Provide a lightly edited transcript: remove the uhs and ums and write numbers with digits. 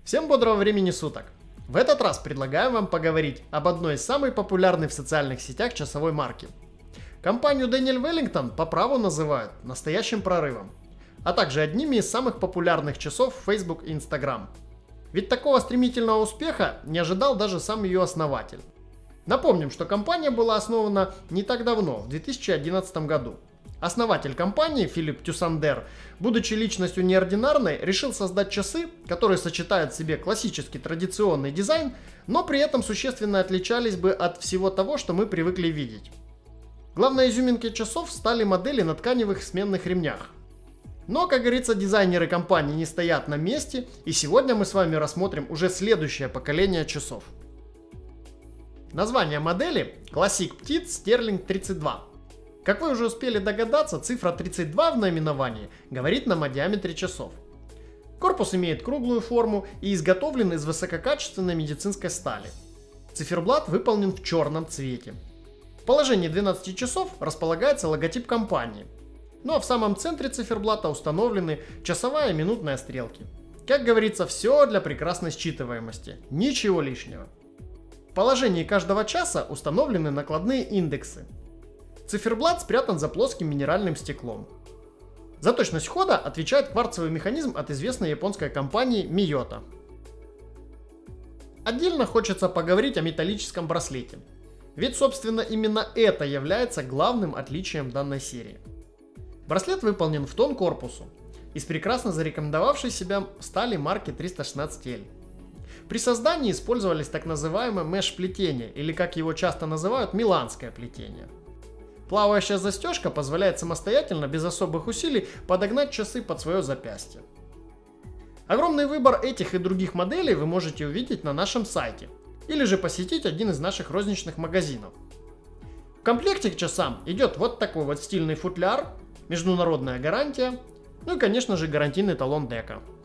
Всем бодрого времени суток! В этот раз предлагаем вам поговорить об одной из самых популярных в социальных сетях часовой марки. Компанию Daniel Wellington по праву называют настоящим прорывом, а также одними из самых популярных часов в Facebook и Instagram. Ведь такого стремительного успеха не ожидал даже сам ее основатель. Напомним, что компания была основана не так давно, в 2011 году. Основатель компании Филипп Тюссандер, будучи личностью неординарной, решил создать часы, которые сочетают в себе классический традиционный дизайн, но при этом существенно отличались бы от всего того, что мы привыкли видеть. Главной изюминкой часов стали модели на тканевых сменных ремнях. Но, как говорится, дизайнеры компании не стоят на месте, и сегодня мы с вами рассмотрим уже следующее поколение часов. Название модели Classic Petite Sterling 32. Как вы уже успели догадаться, цифра 32 в наименовании говорит нам о диаметре часов. Корпус имеет круглую форму и изготовлен из высококачественной медицинской стали. Циферблат выполнен в черном цвете. В положении 12 часов располагается логотип компании. Ну а в самом центре циферблата установлены часовая и минутная стрелки. Как говорится, все для прекрасной считываемости, ничего лишнего. В положении каждого часа установлены накладные индексы. Циферблат спрятан за плоским минеральным стеклом. За точность хода отвечает кварцевый механизм от известной японской компании Miyota. Отдельно хочется поговорить о металлическом браслете. Ведь, собственно, именно это является главным отличием данной серии. Браслет выполнен в тон корпусу из прекрасно зарекомендовавшей себя стали марки 316L. При создании использовались так называемое меш-плетение, или как его часто называют, миланское плетение. Плавающая застежка позволяет самостоятельно, без особых усилий, подогнать часы под свое запястье. Огромный выбор этих и других моделей вы можете увидеть на нашем сайте, или же посетить один из наших розничных магазинов. В комплекте к часам идет вот такой вот стильный футляр, международная гарантия, ну и, конечно же, гарантийный талон дека.